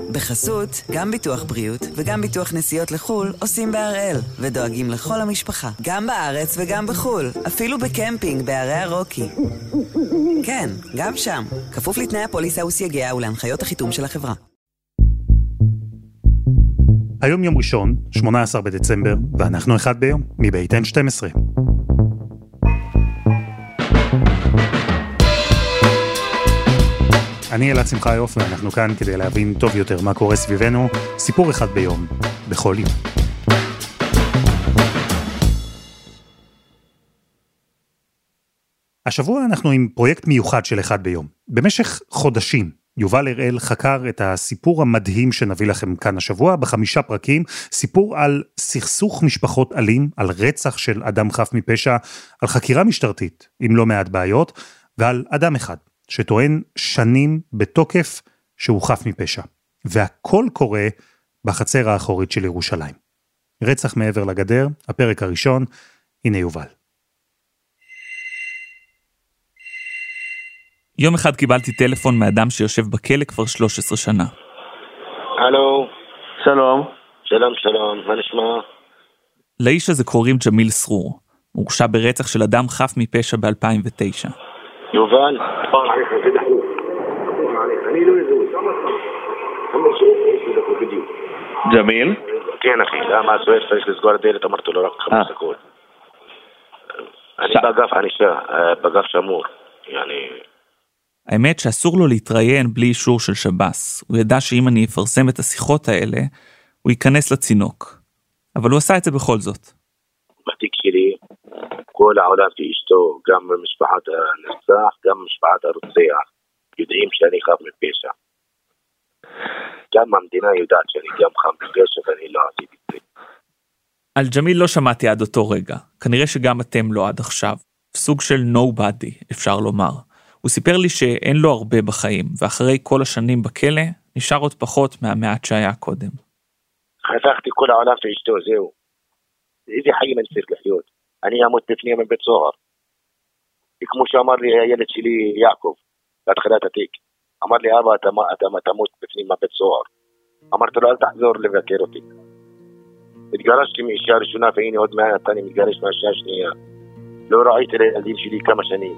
בחסות, גם ביטוח בריאות וגם ביטוח נסיעות לחול עושים בהראל, ודואגים לכל המשפחה, גם בארץ וגם בחול, אפילו בקמפינג בערי הרוקי. כן, גם שם, כפוף לתנאי הפוליסה וסייגיה ולהנחיות החיתום של החברה. היום יום ראשון, 18 בדצמבר, ואנחנו אחד ביום, מבית N12. אני אלעד שמחיוף, ואנחנו כאן כדי להבין טוב יותר מה קורה סביבנו, סיפור אחד ביום, בכל יום. השבוע אנחנו עם פרויקט מיוחד של אחד ביום. במשך חודשים, יובל הראל חקר את הסיפור המדהים שנביא לכם כאן השבוע, ב5 פרקים, סיפור על סכסוך משפחות אלים, על רצח של אדם חף מפשע, על חקירה משטרתית עם לא מעט בעיות, ועל אדם אחד שטוען שנים בתוקף שהוא חף מפשע. והכל קורה בחצר האחורית של ירושלים. רצח מעבר לגדר, הפרק הראשון, הנה יובל. יום אחד קיבלתי טלפון מאדם שיושב בכלא כבר 13 שנה. הלו. שלום. שלום, מה נשמע? לאיש הזה קוראים ג'מיל סרור. הוא הורשע ברצח של אדם חף מפשע ב-2009. יובל? ג'מיל? כן אחי, למה הסוער צריך לסגור הדלת? אמרתי לו רק 5 דקות. אני באגף ענישה, באגף שמור. האמת שאסור לו להתראיין בלי אישור של שב"ס. הוא ידע שאם אני אפרסם את השיחות האלה, הוא ייכנס לצינוק. אבל הוא עשה את זה בכל זאת. בתיק שלי, כל העולם ואשתו, גם משפחת הנרצח, גם משפחת הרוצח, יודעים שאני חף מפשע. גם המדינה יודעת שאני גם חף מפשע ואני לא עשיתי את זה. על ג'מיל לא שמעתי עד אותו רגע. כנראה שגם אתם לא עד עכשיו. סוג של nobody, אפשר לומר. הוא סיפר לי שאין לו הרבה בחיים, ואחרי כל השנים בכלא, נשאר עוד פחות מהמעט שהיה קודם. חסכתי כל העולם ואשתו, זהו. איזה חיים אני צריך לחיות? אני אמות בפנים מבית סוהר. וכמו שאמר לי הילד שלי יעקב, בהתחלת התיק, אמר לי אבא אתה תמות בפנים מבית סוהר. אמרתי לו אל תחזור לבקר אותי. התגרשתי מאישה הראשונה והנה עוד מעט אני מתגרש מהאישה השנייה. לא ראיתי לילדים שלי כמה שנים.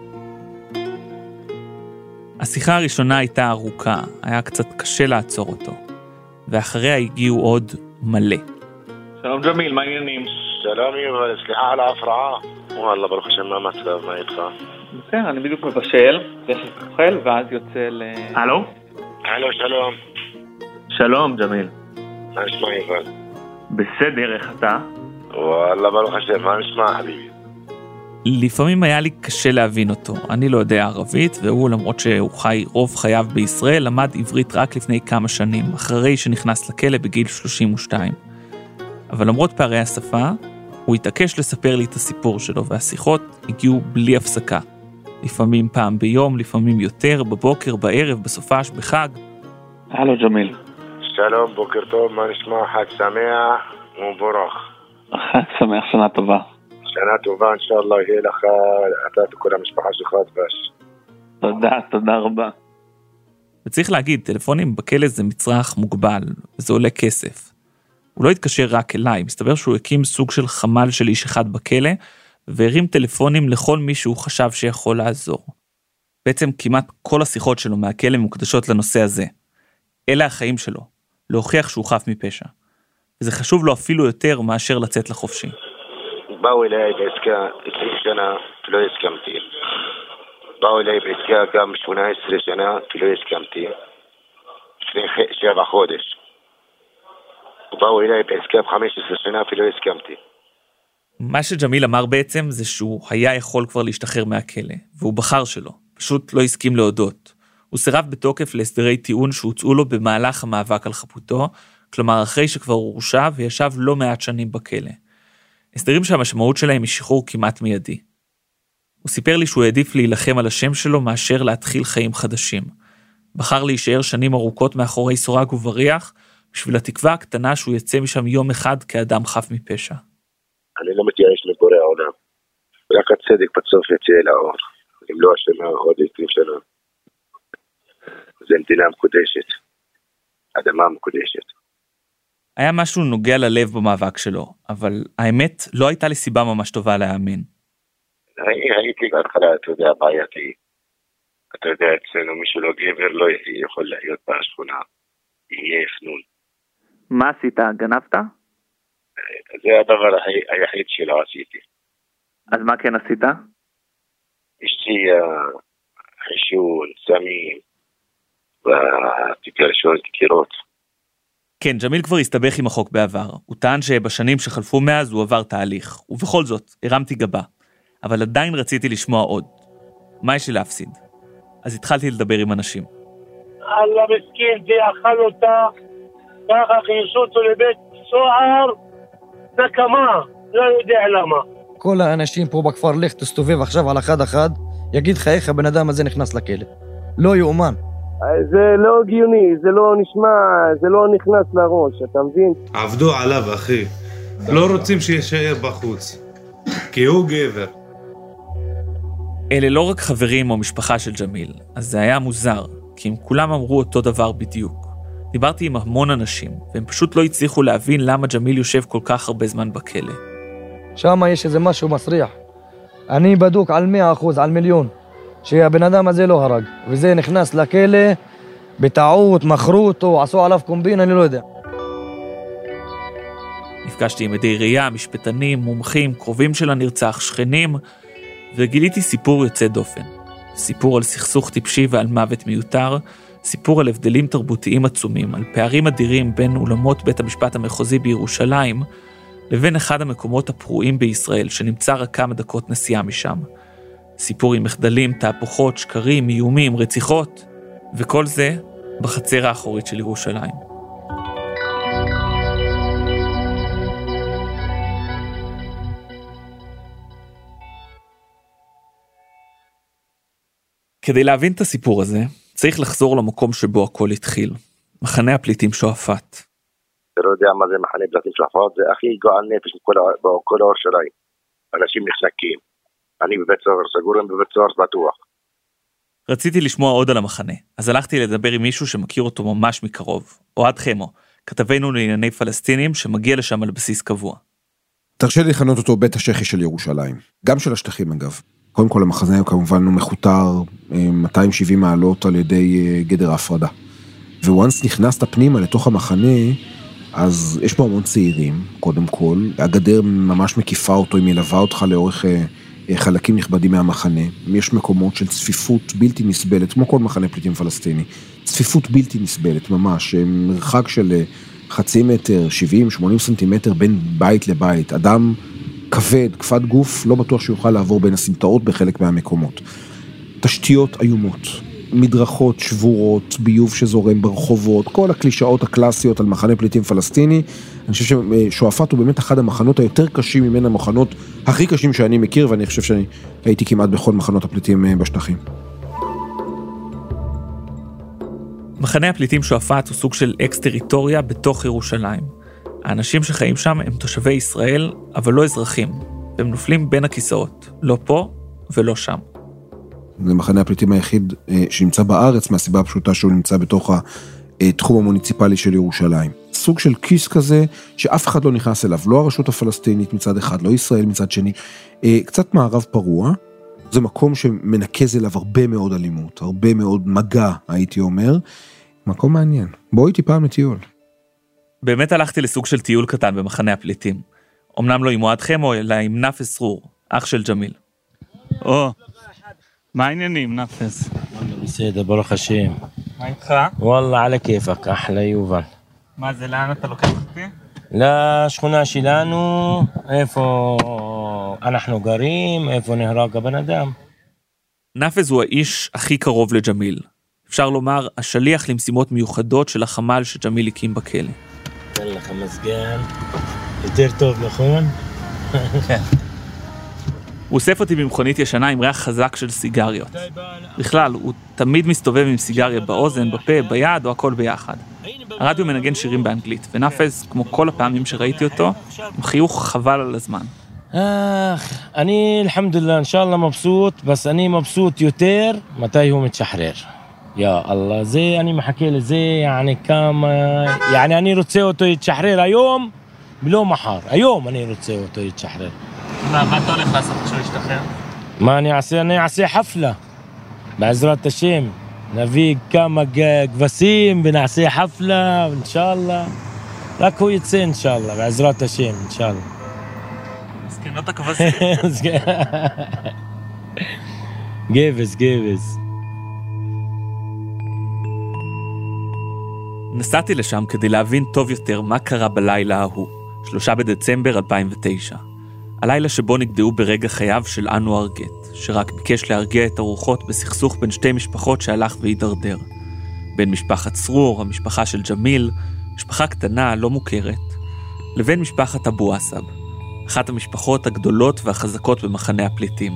השיחה הראשונה הייתה ארוכה, היה קצת קשה לעצור אותו, ואחריה הגיעו עוד מלא. שלום ג'מיל, מה העניינים? שלום יובל, סליחה על ההפרעה. וואלה, ברוך השם, מה המצב, מה איתך? בסדר, אני בדיוק מבשל, תכף אוכל ואז יוצא ל... הלו? הלו, שלום. שלום ג'מיל. מה נשמע יובל? בסדר, איך אתה? וואלה, ברוך השם, מה נשמע חביבי? לפעמים היה לי קשה להבין אותו. אני לא יודע ערבית, והוא למרות שהוא חי רוב חייו בישראל, למד עברית רק לפני כמה שנים, אחרי שנכנס לכלא בגיל 32. אבל למרות פערי השפה, הוא התעקש לספר לי את הסיפור שלו, והשיחות הגיעו בלי הפסקה. לפעמים פעם ביום, לפעמים יותר, בבוקר, בערב, בסופש, בחג. הלו ג'מיל. שלום, בוקר טוב, מה נשמע? חג שמח ומבורך. חג שמח, שנה טובה. שנה טובה, אינשאללה, יהיה לך, אתה וכל המשפחה שלך דבש. תודה רבה. וצריך להגיד, טלפונים בכלא זה מצרך מוגבל, וזה עולה כסף. הוא לא התקשר רק אליי, מסתבר שהוא הקים סוג של חמ"ל של איש אחד בכלא, והרים טלפונים לכל מי שהוא חשב שיכול לעזור. בעצם כמעט כל השיחות שלו מהכלא מוקדשות לנושא הזה. אלה החיים שלו, להוכיח שהוא חף מפשע. וזה חשוב לו אפילו יותר מאשר לצאת לחופשי. באו אליי בעסקה 20 שנה, לא הסכמתי. באו אליי בעסקה גם 18 שנה, לא הסכמתי. לפני 7 חודש. באו אליי בעסקה 15 שנה, לא הסכמתי. מה שג'מיל אמר בעצם זה שהוא היה יכול כבר להשתחרר מהכלא, והוא בחר שלו, פשוט לא הסכים להודות. הוא סירב בתוקף להסדרי טיעון שהוצאו לו במהלך המאבק על חפותו, כלומר אחרי שכבר הורשע וישב לא מעט שנים בכלא. הסדרים שהמשמעות שלהם היא שחרור כמעט מיידי. הוא סיפר לי שהוא העדיף להילחם על השם שלו מאשר להתחיל חיים חדשים. בחר להישאר שנים ארוכות מאחורי סורג ובריח, בשביל התקווה הקטנה שהוא יצא משם יום אחד כאדם חף מפשע. אני לא מתייאש מבורא העולם. רק הצדק בסוף יצא אל האור. אם לא השנה, עוד 20 שנה. זה מדינה מקודשת. אדמה מקודשת. היה משהו נוגע ללב במאבק שלו, אבל האמת לא הייתה לי סיבה ממש טובה להאמין. הייתי בהתחלה, אתה יודע, בעייתי. אתה יודע, אצלנו מישהו לא גבר, לא יכול להיות בשכונה. יהיה פנון. מה עשית? גנבת? זה הדבר היחיד שלא עשיתי. אז מה כן עשית? אשתי חישון, סמים, ותקרשון, תקירות. כן, ג'מיל כבר הסתבך עם החוק בעבר. הוא טען שבשנים שחלפו מאז הוא עבר תהליך. ובכל זאת, הרמתי גבה. אבל עדיין רציתי לשמוע עוד. מה יש לי להפסיד? אז התחלתי לדבר עם אנשים. אללה מסכין, זה אכל אותה, ככה חיישו אותו לבית סוהר, נקמה, לא יודע למה. כל האנשים פה בכפר, לך תסתובב עכשיו על אחד, יגיד לך איך הבן אדם הזה נכנס לכלא. לא יאומן. זה לא הגיוני, זה לא נשמע, זה לא נכנס לראש, אתה מבין? עבדו עליו, אחי. לא רוצים שישאר בחוץ, כי הוא גבר. אלה לא רק חברים או משפחה של ג'מיל, אז זה היה מוזר, כי הם כולם אמרו אותו דבר בדיוק. דיברתי עם המון אנשים, והם פשוט לא הצליחו להבין למה ג'מיל יושב כל כך הרבה זמן בכלא. שם יש איזה משהו מסריח. אני בדוק על 100%, על מיליון, שהבן אדם הזה לא הרג, וזה נכנס לכלא, בטעות, מכרו אותו, עשו עליו קומבין, אני לא יודע. נפגשתי עם עדי ראייה, משפטנים, מומחים, קרובים של הנרצח, שכנים, וגיליתי סיפור יוצא דופן. סיפור על סכסוך טיפשי ועל מוות מיותר, סיפור על הבדלים תרבותיים עצומים, על פערים אדירים בין אולמות בית המשפט המחוזי בירושלים, לבין אחד המקומות הפרועים בישראל, שנמצא רק כמה דקות נסיעה משם. סיפור עם מחדלים, תהפוכות, שקרים, איומים, רציחות, וכל זה בחצר האחורית של ירושלים. כדי להבין את הסיפור הזה, צריך לחזור למקום שבו הכל התחיל. מחנה הפליטים שועפאט. אתה לא יודע מה זה מחנה פליטים שועפאט, זה הכי גועל נפש בכל ירושלים. אנשים נחנקים. אני בבית סוהר סגור, הם בבית סוהר בטוח. רציתי לשמוע עוד על המחנה, אז הלכתי לדבר עם מישהו שמכיר אותו ממש מקרוב. אוהד חמו, כתבנו לענייני פלסטינים שמגיע לשם על בסיס קבוע. תרשה לי לכנות אותו בית השחי של ירושלים. גם של השטחים אגב. קודם כל המחנה הוא כמובן מחותר 270 מעלות על ידי גדר ההפרדה. וואנס נכנסת פנימה לתוך המחנה, אז יש פה המון צעירים, קודם כל. הגדר ממש מקיפה אותו, היא מלווה אותך לאורך חלקים נכבדים מהמחנה. יש מקומות של צפיפות בלתי נסבלת, כמו כל מחנה פליטים פלסטיני. צפיפות בלתי נסבלת, ממש. מרחק של חצי מטר, 70-80 סנטימטר בין בית לבית. אדם כבד, כפת גוף, לא בטוח שיוכל לעבור בין הסמטאות בחלק מהמקומות. תשתיות איומות, מדרכות שבורות, ביוב שזורם ברחובות, כל הקלישאות הקלאסיות על מחנה פליטים פלסטיני. אני חושב ששועפאט הוא באמת אחד המחנות היותר קשים מבין המחנות הכי קשים שאני מכיר, ואני חושב שאני הייתי כמעט בכל מחנות הפליטים בשטחים. מחנה הפליטים שועפאט הוא סוג של אקס-טריטוריה בתוך ירושלים. האנשים שחיים שם הם תושבי ישראל, אבל לא אזרחים. והם נופלים בין הכיסאות, לא פה ולא שם. זה מחנה הפליטים היחיד שנמצא בארץ, מהסיבה הפשוטה שהוא נמצא בתוך התחום המוניציפלי של ירושלים. סוג של כיס כזה שאף אחד לא נכנס אליו, לא הרשות הפלסטינית מצד אחד, לא ישראל מצד שני. קצת מערב פרוע, זה מקום שמנקז אליו הרבה מאוד אלימות, הרבה מאוד מגע, הייתי אומר. מקום מעניין. בואי איתי פעם לטיול. באמת הלכתי לסוג של טיול קטן במחנה הפליטים. אמנם לא עם אוהד חמו, אלא עם נפס רור, אח של ג'מיל. מה העניינים, נפס? בסדר, ברוך השם. מה איתך? וואלה, על כיפק, אחלה יובל. מה זה, לאן אתה לוקח אותי? לשכונה שלנו, איפה אנחנו גרים, איפה נהרג הבן אדם. נפס הוא האיש הכי קרוב לג'מיל. אפשר לומר, השליח למשימות מיוחדות של החמ"ל שג'מיל הקים בכלא. תן לך מזגן, יותר טוב, נכון? כן. הוא אוסף אותי במכונית ישנה עם ריח חזק של סיגריות. בכלל, הוא תמיד מסתובב עם סיגריה באוזן, בפה, ביד או הכל ביחד. הרדיו מנגן שירים באנגלית, ונפס, כמו כל הפעמים שראיתי אותו, עם חיוך חבל על הזמן. אני, אלחמדולillah, אינשאללה מבסוט, בס אני מבסוט יותר, מתי הוא מתשחרר. يا الله زي أنا محكي له زي يعني كم يعني أنا רוצה אותו יתשחרר היום בלא מחר. היום אני רוצה אותו יתשחרר. מה אתה הולך לעשות כשהוא ישתחרר? מה אני אעשה? אני אעשה חפלה. בעזרת השם. נביא כמה כבשים ונעשה חפלה, אינשאללה. רק הוא יצא אינשאללה, בעזרת השם, אינשאללה. מסכנות הכבשים. גבס. נסעתי לשם כדי להבין טוב יותר מה קרה בלילה ההוא, 3 בדצמבר 2009. הלילה שבו נגדעו ברגע חייו של אנואר גט, שרק ביקש להרגיע את הרוחות בסכסוך בין שתי משפחות שהלך והידרדר. בין משפחת סרור, המשפחה של ג'מיל, משפחה קטנה, לא מוכרת, לבין משפחת אבו עסב, אחת המשפחות הגדולות והחזקות במחנה הפליטים.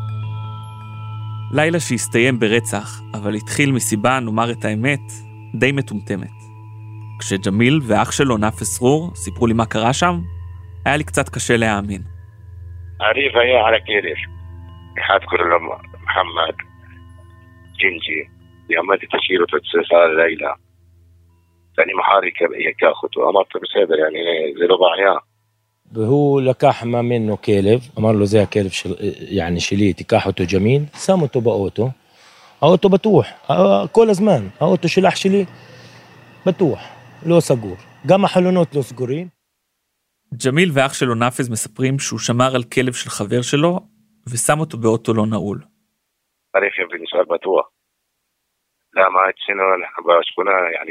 לילה שהסתיים ברצח, אבל התחיל מסיבה, נאמר את האמת, די מטומטמת. כשג'מיל ואח שלו נאפס סרור סיפרו לי מה קרה שם, היה לי קצת קשה להאמין. עריף היה על הכלב. אחד קורא לו מחמד, ג'ינג'י, יעמדתי תשאיר אותו אצלך הלילה. ואני מחר יקח אותו. אמרתי בסדר, זה לא בעיה. והוא לקח ממנו כלב, אמר לו זה הכלב שלי, תיקח אותו ג'מיל, שם אותו באוטו. האוטו בטוח, כל הזמן, האוטו של אח שלי בטוח, לא סגור. גם החלונות לא סגורים. ג'מיל ואח שלו נאפז מספרים שהוא שמר על כלב של חבר שלו, ושם אותו באוטו לא נעול. עריפים ונשאר בטוח. למה אצלנו בשכונה,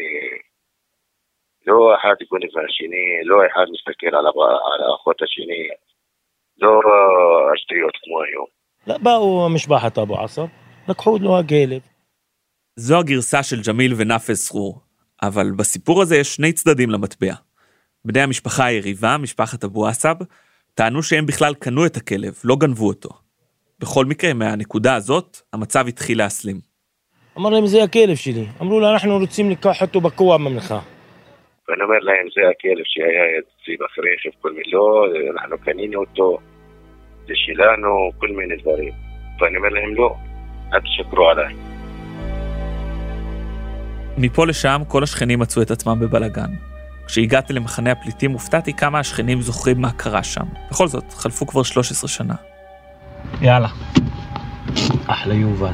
לא אחד יקון את השני, לא אחד מסתכל על האחות השני, לא השטויות כמו היום. לא, באו משפחת אבו עסב, לקחו לו הכלב. זו הגרסה של ג'מיל ונאפז סרור, אבל בסיפור הזה יש שני צדדים למטבע. בני המשפחה היריבה, משפחת אבו עסב, טענו שהם בכלל קנו את הכלב, לא גנבו אותו. בכל מקרה, מהנקודה הזאת, המצב התחיל להסלים. אמר להם, זה הכלב שלי. אמרו לו, אנחנו רוצים לקח אותו בכוח ממך. ואני אומר להם, זה הכלב שהיה אצלי ברכב, כל מיני לא, אנחנו קנינו אותו, זה שלנו, כל מיני דברים. ואני אומר להם, לא, אל תשקרו עליי. מפה לשם, כל השכנים מצאו את עצמם בבלגן. כשהגעתי למחנה הפליטים, הופתעתי כמה השכנים זוכרים מה קרה שם. בכל זאת, חלפו כבר 13 שנה. יאללה. אחלה יובל.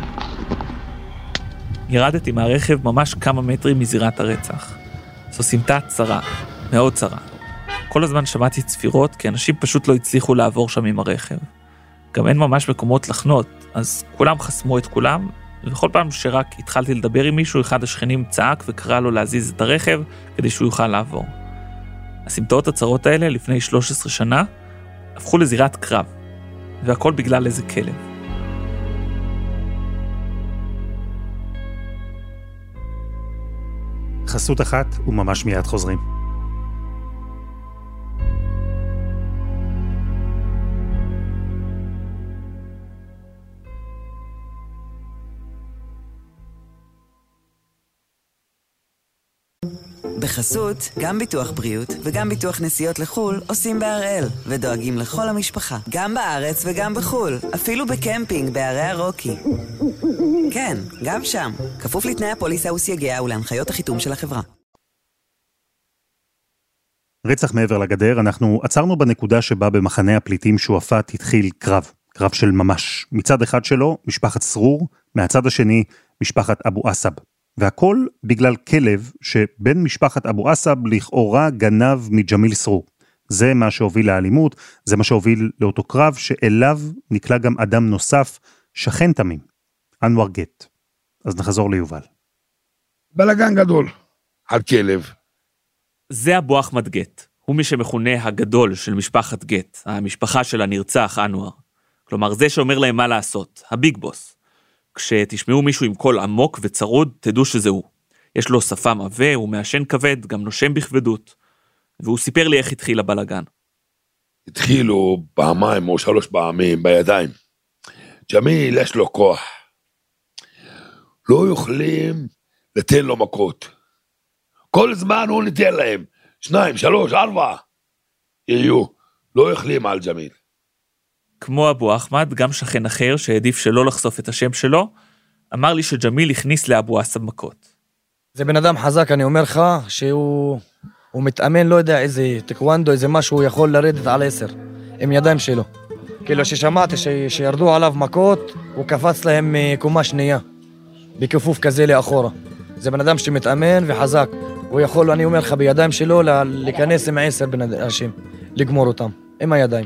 ירדתי מהרכב ממש כמה מטרים מזירת הרצח. זו סמטה צרה, מאוד צרה. כל הזמן שמעתי צפירות, כי אנשים פשוט לא הצליחו לעבור שם עם הרכב. גם אין ממש מקומות לחנות, אז כולם חסמו את כולם, ובכל פעם שרק התחלתי לדבר עם מישהו, אחד השכנים צעק וקרא לו להזיז את הרכב, כדי שהוא יוכל לעבור. הסמטאות הצרות האלה, לפני 13 שנה, הפכו לזירת קרב, והכל בגלל איזה כלב. חסות אחת וממש מיד חוזרים. בחסות, גם ביטוח בריאות וגם ביטוח נסיעות לחול עושים בהראל ודואגים לכל המשפחה, גם בארץ וגם בחול, אפילו בקמפינג בערי הרוקי. כן, גם שם, כפוף לתנאי הפוליסה וסייגיה ולהנחיות החיתום של החברה. רצח מעבר לגדר, אנחנו עצרנו בנקודה שבה במחנה הפליטים שועפאט התחיל קרב של ממש. מצד אחד שלו, משפחת סרור, מהצד השני, משפחת אבו עסב. והכל בגלל כלב שבין משפחת אבו עסב לכאורה גנב מג'מיל סרור. זה מה שהוביל לאלימות, זה מה שהוביל לאותו קרב שאליו נקלע גם אדם נוסף, שכן תמים, אנואר גט. אז נחזור ליובל. בלגן גדול על כלב. זה אבו אחמד גט, הוא מי שמכונה הגדול של משפחת גט, המשפחה של הנרצח אנואר. כלומר זה שאומר להם מה לעשות, הביג בוס. כשתשמעו מישהו עם קול עמוק וצרוד, תדעו שזה הוא. יש לו שפם עבה, הוא מעשן כבד, גם נושם בכבדות. והוא סיפר לי איך התחיל הבלגן. התחילו פעמיים או 3 פעמים בידיים. ג'מיל יש לו כוח. לא יכולים לתן לו מכות. כל זמן הוא ניתן להם. 2, 3, 4. יהיו. לא יכולים על ג'מיל. כמו אבו אחמד, גם שכן אחר שהעדיף שלא לחשוף את השם שלו, אמר לי שג'מיל הכניס לאבו עסב מכות. זה בן אדם חזק, אני אומר לך, שהוא מתאמן, לא יודע, איזה טקוונדו, איזה משהו, הוא יכול לרדת על 10, עם ידיים שלו. כאילו ששמעתי שירדו עליו מכות, הוא קפץ להם מקומה שנייה, בכיפוף כזה לאחורה. זה בן אדם שמתאמן וחזק. הוא יכול, אני אומר לך, בידיים שלו להיכנס עם 10 בן אנשים, לגמור אותם, עם הידיים.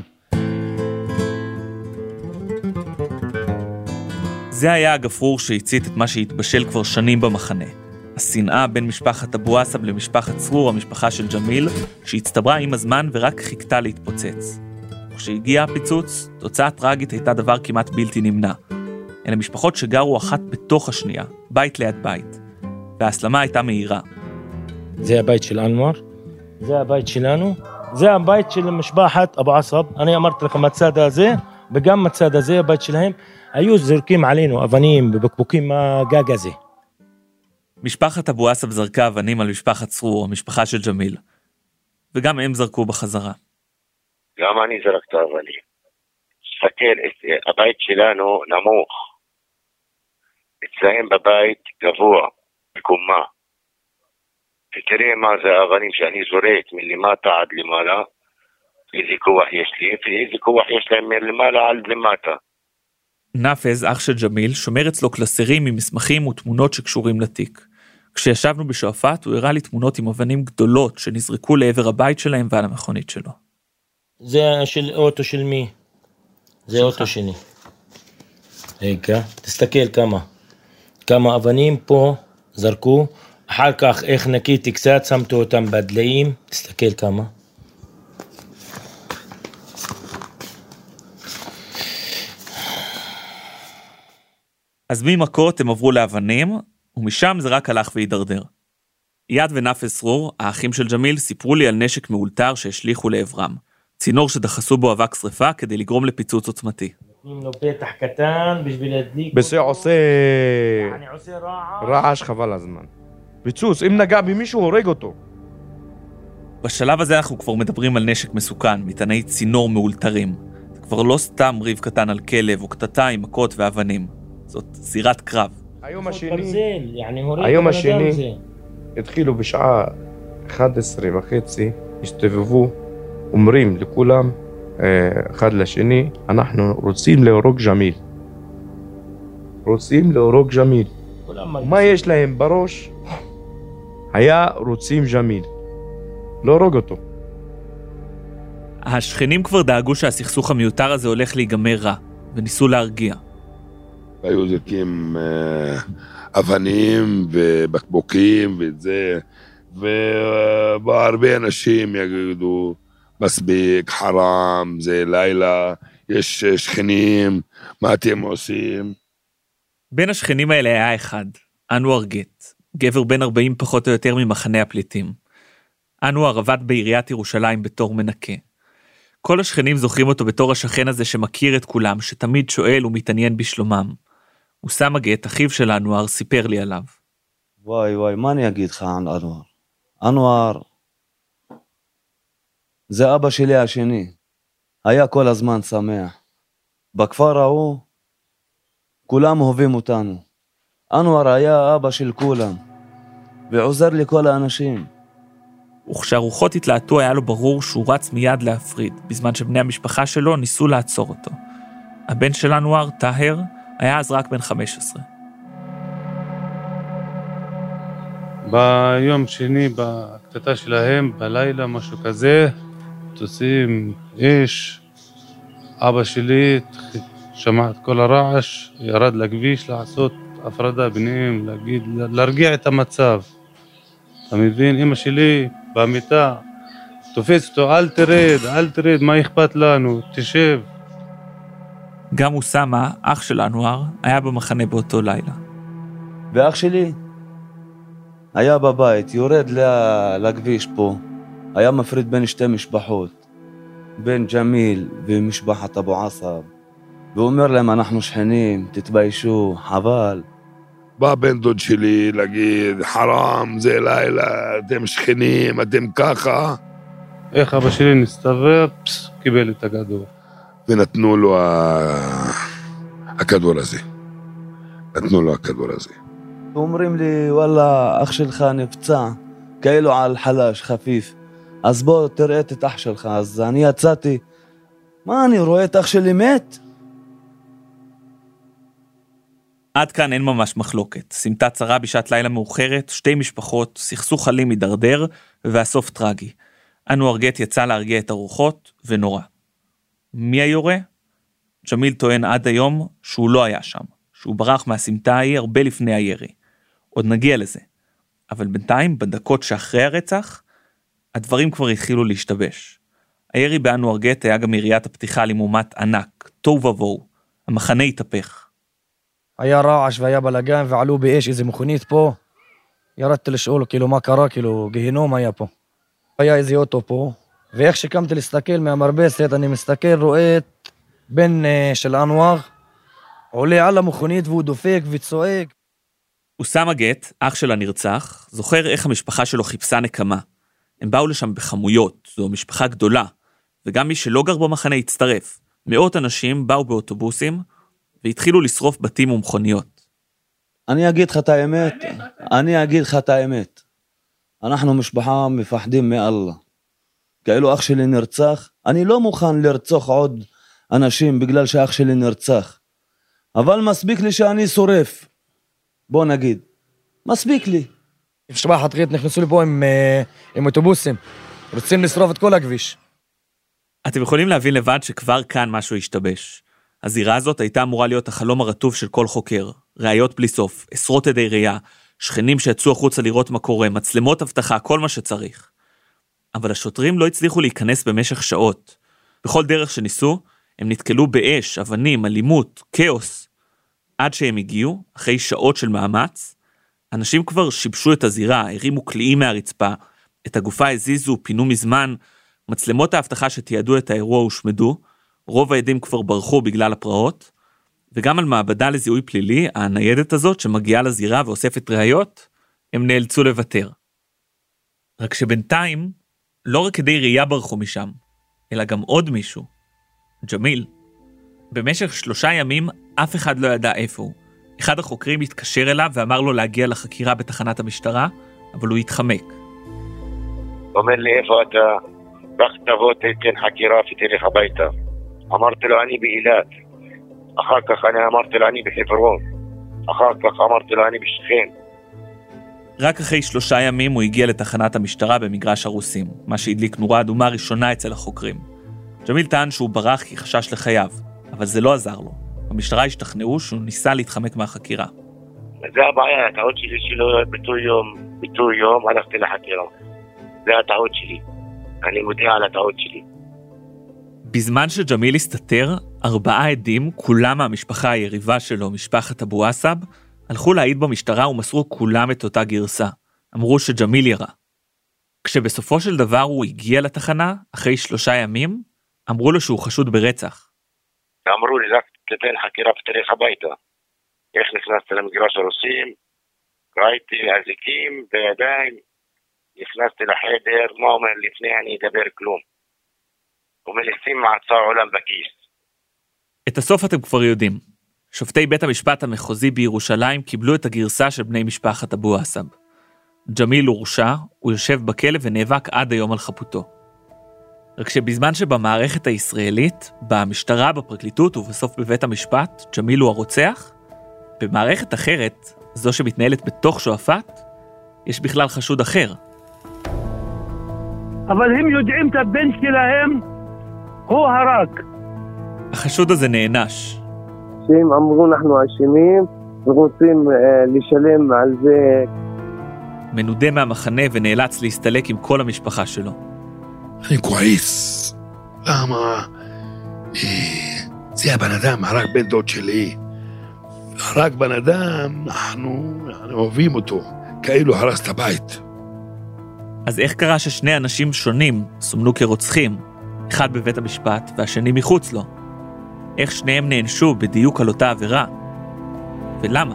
זה היה הגפרור שהצית את מה שהתבשל כבר שנים במחנה. השנאה בין משפחת אבו עסב למשפחת סרור, המשפחה של ג'מיל, שהצטברה עם הזמן ורק חיכתה להתפוצץ. כשהגיע הפיצוץ, תוצאה טרגית הייתה דבר כמעט בלתי נמנע. אלה משפחות שגרו אחת בתוך השנייה, בית ליד בית. וההסלמה הייתה מהירה. זה הבית של אנואר, זה הבית שלנו, זה הבית של משפחת אבו עסב. אני אמרתי לך, מצד הזה, וגם מצד הזה, הבית שלהם, היו זורקים עלינו אבנים ובקבוקים מהגג הזה. משפחת אבו עסב זרקה אבנים על משפחת סרור, המשפחה של ג'מיל. וגם הם זרקו בחזרה. גם אני זרקת אבנים. תסתכל, הבית שלנו נמוך. אצלהם בבית גבוה, בקומה. ותראה מה זה האבנים שאני זורק מלמטה עד למעלה. איזה כוח יש לי, ואיזה כוח יש להם מלמעלה עד למטה. נאפז, אח של ג'מיל, שומר אצלו קלסרים עם מסמכים ותמונות שקשורים לתיק. כשישבנו בשועפאט, הוא הראה לי תמונות עם אבנים גדולות שנזרקו לעבר הבית שלהם ועל המכונית שלו. זה של אוטו של מי? זה אוטו שני. רגע, תסתכל כמה אבנים פה זרקו, אחר כך איך נקיתי קצת, שמתו אותם בדליים, תסתכל כמה. אז ממכות הם עברו לאבנים, ומשם זה רק הלך והידרדר. יד ונאפז סרור, האחים של ג'מיל, סיפרו לי על נשק מאולתר שהשליחו לעברם. צינור שדחסו בו אבק שריפה כדי לגרום לפיצוץ עוצמתי. נותנים לו פתח קטן בשביל להדליק. וזה עושה רעש חבל הזמן. פיצוץ, אם נגע במישהו הורג אותו. בשלב הזה אנחנו כבר מדברים על נשק מסוכן, מטעני צינור מאולתרים. זה כבר לא סתם ריב קטן על כלב או קטטה עם מכות ואבנים. זאת זירת קרב. היום השני התחילו בשעה 11:30, הסתובבו, אומרים לכולם, אחד לשני, אנחנו רוצים להרוג ג'מיל. מה יש להם בראש? היה רוצים ג'מיל. לא הרוג אותו. השכנים כבר דאגו שהסכסוך המיותר הזה הולך להיגמר רע, וניסו להרגיע. היו זרקים אבנים ובקבוקים וזה, והרבה אנשים יגידו, מספיק, חרם, זה לילה, יש שכנים, מה אתם עושים? בין השכנים האלה היה אחד, אנואר גט, גבר בן 40 פחות או יותר ממחנה הפליטים. אנואר עבד בעיריית ירושלים בתור מנקה. כל השכנים זוכרים אותו בתור השכן הזה שמכיר את כולם, שתמיד שואל ומתעניין בשלומם. אוסאמה גט, אחיו של אנואר, סיפר לי עליו. וואי, מה אני אגיד לך על אנואר? אנואר, זה אבא שלי השני. היה כל הזמן שמח. בכפר ההוא, כולם אוהבים אותנו. אנואר היה אבא של כולם, ועוזר לכל האנשים. וכשהרוחות התלהטו היה לו ברור שהוא רץ מיד להפריד, בזמן שבני המשפחה שלו ניסו לעצור אותו. הבן של אנואר, טאהר, היה אז רק בן 15. ביום שני, בקטטה שלהם, בלילה, משהו כזה, תוצאים איש, אבא שלי שמע את כל הרעש, ירד לכביש לעשות הפרדה ביניהם, להרגיע את המצב. אתה מבין? אמא שלי במיטה, תופס אותו, אל תרד, מה אכפת לנו, תשב. גם אוסאמה, אח של אנואר, היה במחנה באותו לילה. ואח שלי היה בבית, יורד לכביש פה, היה מפריד בין שתי משפחות, בין ג'מיל ומשפחת אבו עסב, ואומר להם, אנחנו שכנים, תתביישו, חבל. בא בן דוד שלי להגיד, חרם, זה לילה, אתם שכנים, אתם ככה. איך אבא שלי נסתבר, קיבל את הכדור. ונתנו לו הכדור הזה. נתנו לו הכדור הזה. אומרים לי, וואלה, אח שלך נפצע, כאילו על חלש, חפיף. אז בוא תראה את אח שלך. אז אני יצאתי, מה, אני רואה את אח שלי מת? עד כאן אין ממש מחלוקת. סמטה צרה בשעת לילה מאוחרת, שתי משפחות, סכסוך אלים מדרדר, והסוף טרגי. אנואר גט יצא להרגיע את הרוחות, ונורא. מי היורה? ג'מיל טוען עד היום שהוא לא היה שם, שהוא ברח מהסמטה ההיא הרבה לפני הירי. עוד נגיע לזה. אבל בינתיים, בדקות שאחרי הרצח, הדברים כבר התחילו להשתבש. הירי באנואר גט היה גם יריית הפתיחה למומת ענק, תוהו ובוהו. המחנה התהפך. היה רעש והיה בלגן ועלו באש איזה מכונית פה. ירדתי לשאול כאילו מה קרה, כאילו גיהנום היה פה. היה איזה אוטו פה, ואיך שקמתי להסתכל מהמרפסת, אני מסתכל, רואה את בן של אנואר, עולה על המכונית והוא דופק וצועק. אוסאמה גט, אח של הנרצח, זוכר איך המשפחה שלו חיפשה נקמה. הם באו לשם בחמויות, זו משפחה גדולה, וגם מי שלא גר במחנה הצטרף. מאות אנשים באו באוטובוסים, והתחילו לשרוף בתים ומכוניות. אני אגיד לך את האמת. אנחנו משפחה מפחדים מאללה. כאילו אח שלי נרצח, אני לא מוכן לרצוח עוד אנשים בגלל שאח שלי נרצח. אבל מספיק לי שאני שורף. בוא נגיד. מספיק לי. משפחת גט נכנסו לפה עם אוטובוסים. רוצים לשרוף את כל הכביש. אתם יכולים להבין לבד שכבר כאן משהו השתבש. הזירה הזאת הייתה אמורה להיות החלום הרטוב של כל חוקר. ראיות בלי סוף, עשרות עדי ראייה, שכנים שיצאו החוצה לראות מה קורה, מצלמות הבטחה, כל מה שצריך. אבל השוטרים לא הצליחו להיכנס במשך שעות. בכל דרך שניסו, הם נתקלו באש, אבנים, אלימות, כאוס. עד שהם הגיעו, אחרי שעות של מאמץ, אנשים כבר שיבשו את הזירה, הרימו קליעים מהרצפה, את הגופה הזיזו, פינו מזמן, מצלמות ההבטחה שתיעדו את האירוע הושמדו, רוב העדים כבר ברחו בגלל הפרעות, וגם על מעבדה לזיהוי פלילי, הניידת הזאת שמגיעה לזירה ואוספת ראיות, הם נאלצו לוותר. רק שבינתיים, לא רק כדי ראייה ברחו משם, אלא גם עוד מישהו, ג'מיל. במשך 3 ימים אף אחד לא ידע איפה הוא. אחד החוקרים התקשר אליו ואמר לו להגיע לחקירה בתחנת המשטרה, אבל הוא התחמק. אומר לי איפה אתה? רק תבוא תתן חקירה ותלך הביתה. אמרתי לו אני באילת. אחר כך אני אמרתי לו אני בחברון. אחר כך אמרתי לו אני בשכם. רק אחרי 3 ימים הוא הגיע לתחנת המשטרה במגרש הרוסים, מה שהדליק נורה אדומה ראשונה אצל החוקרים. ג'מיל טען שהוא ברח כי חשש לחייו, אבל זה לא עזר לו. המשטרה השתכנעו שהוא ניסה להתחמק מהחקירה. זה הבעיה, הטעות שלי שלו ביטוי יום הלכתי לחקירה. זה הטעות שלי. אני מודיע על הטעות שלי. בזמן שג'מיל הסתתר, 4 עדים, כולם מהמשפחה היריבה שלו, משפחת אבו עסב, הלכו להעיד במשטרה ומסרו כולם את אותה גרסה. אמרו שג'מיל ירה. כשבסופו של דבר הוא הגיע לתחנה, אחרי 3 ימים, אמרו לו שהוא חשוד ברצח. אמרו לי, רק תתן חקירה ותלך הביתה. איך נכנסתי למגרש הרוסים, ראיתי אזיקים בידיים, נכנסתי לחדר, מה אומר לפני אני אדבר כלום. אומר לי, שים מעצר עולם בכיס. את הסוף אתם כבר יודעים. שופטי בית המשפט המחוזי בירושלים קיבלו את הגרסה של בני משפחת אבו עסב. ג'מיל הורשע, הוא יושב בכלא ונאבק עד היום על חפותו. רק שבזמן שבמערכת הישראלית, במשטרה, בפרקליטות ובסוף בבית המשפט, ג'מיל הוא הרוצח, במערכת אחרת, זו שמתנהלת בתוך שועפאט, יש בכלל חשוד אחר. אבל הם יודעים את הבן שלהם, הוא הרג. החשוד הזה נענש. שהם אמרו אנחנו אשמים, ורוצים לשלם על זה. מנודה מהמחנה ונאלץ להסתלק עם כל המשפחה שלו. אני כועס. למה? זה הבן אדם, הרג בן דוד שלי. הרג בן אדם, אנחנו אוהבים אותו. כאילו הרס את הבית. אז איך קרה ששני אנשים שונים סומנו כרוצחים, אחד בבית המשפט והשני מחוץ לו? איך שניהם נענשו בדיוק על אותה עבירה? ולמה?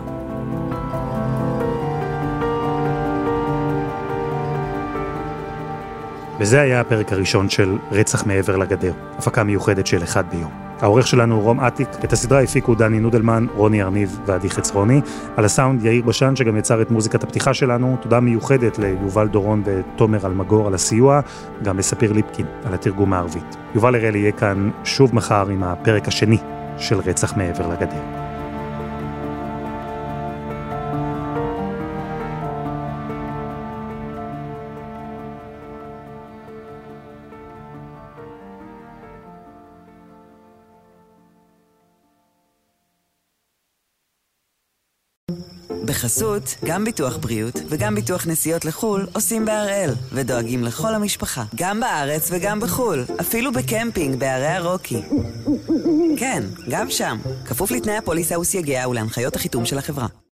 וזה היה הפרק הראשון של רצח מעבר לגדר, הפקה מיוחדת של אחד ביום. העורך שלנו הוא רום עתיק, את הסדרה הפיקו דני נודלמן, רוני ארניב ועדי חצרוני, על הסאונד יאיר בשן שגם יצר את מוזיקת הפתיחה שלנו, תודה מיוחדת ליובל דורון ותומר אלמגור על הסיוע, גם לספיר ליפקין על התרגום הערבית. יובל הראל יהיה כאן שוב מחר עם הפרק השני של רצח מעבר לגדר. בחסות, גם ביטוח בריאות וגם ביטוח נסיעות לחול עושים בהראל ודואגים לכל המשפחה, גם בארץ וגם בחול, אפילו בקמפינג בערי הרוקי. כן, גם שם, כפוף לתנאי הפוליסה וסייגיה ולהנחיות החיתום של החברה.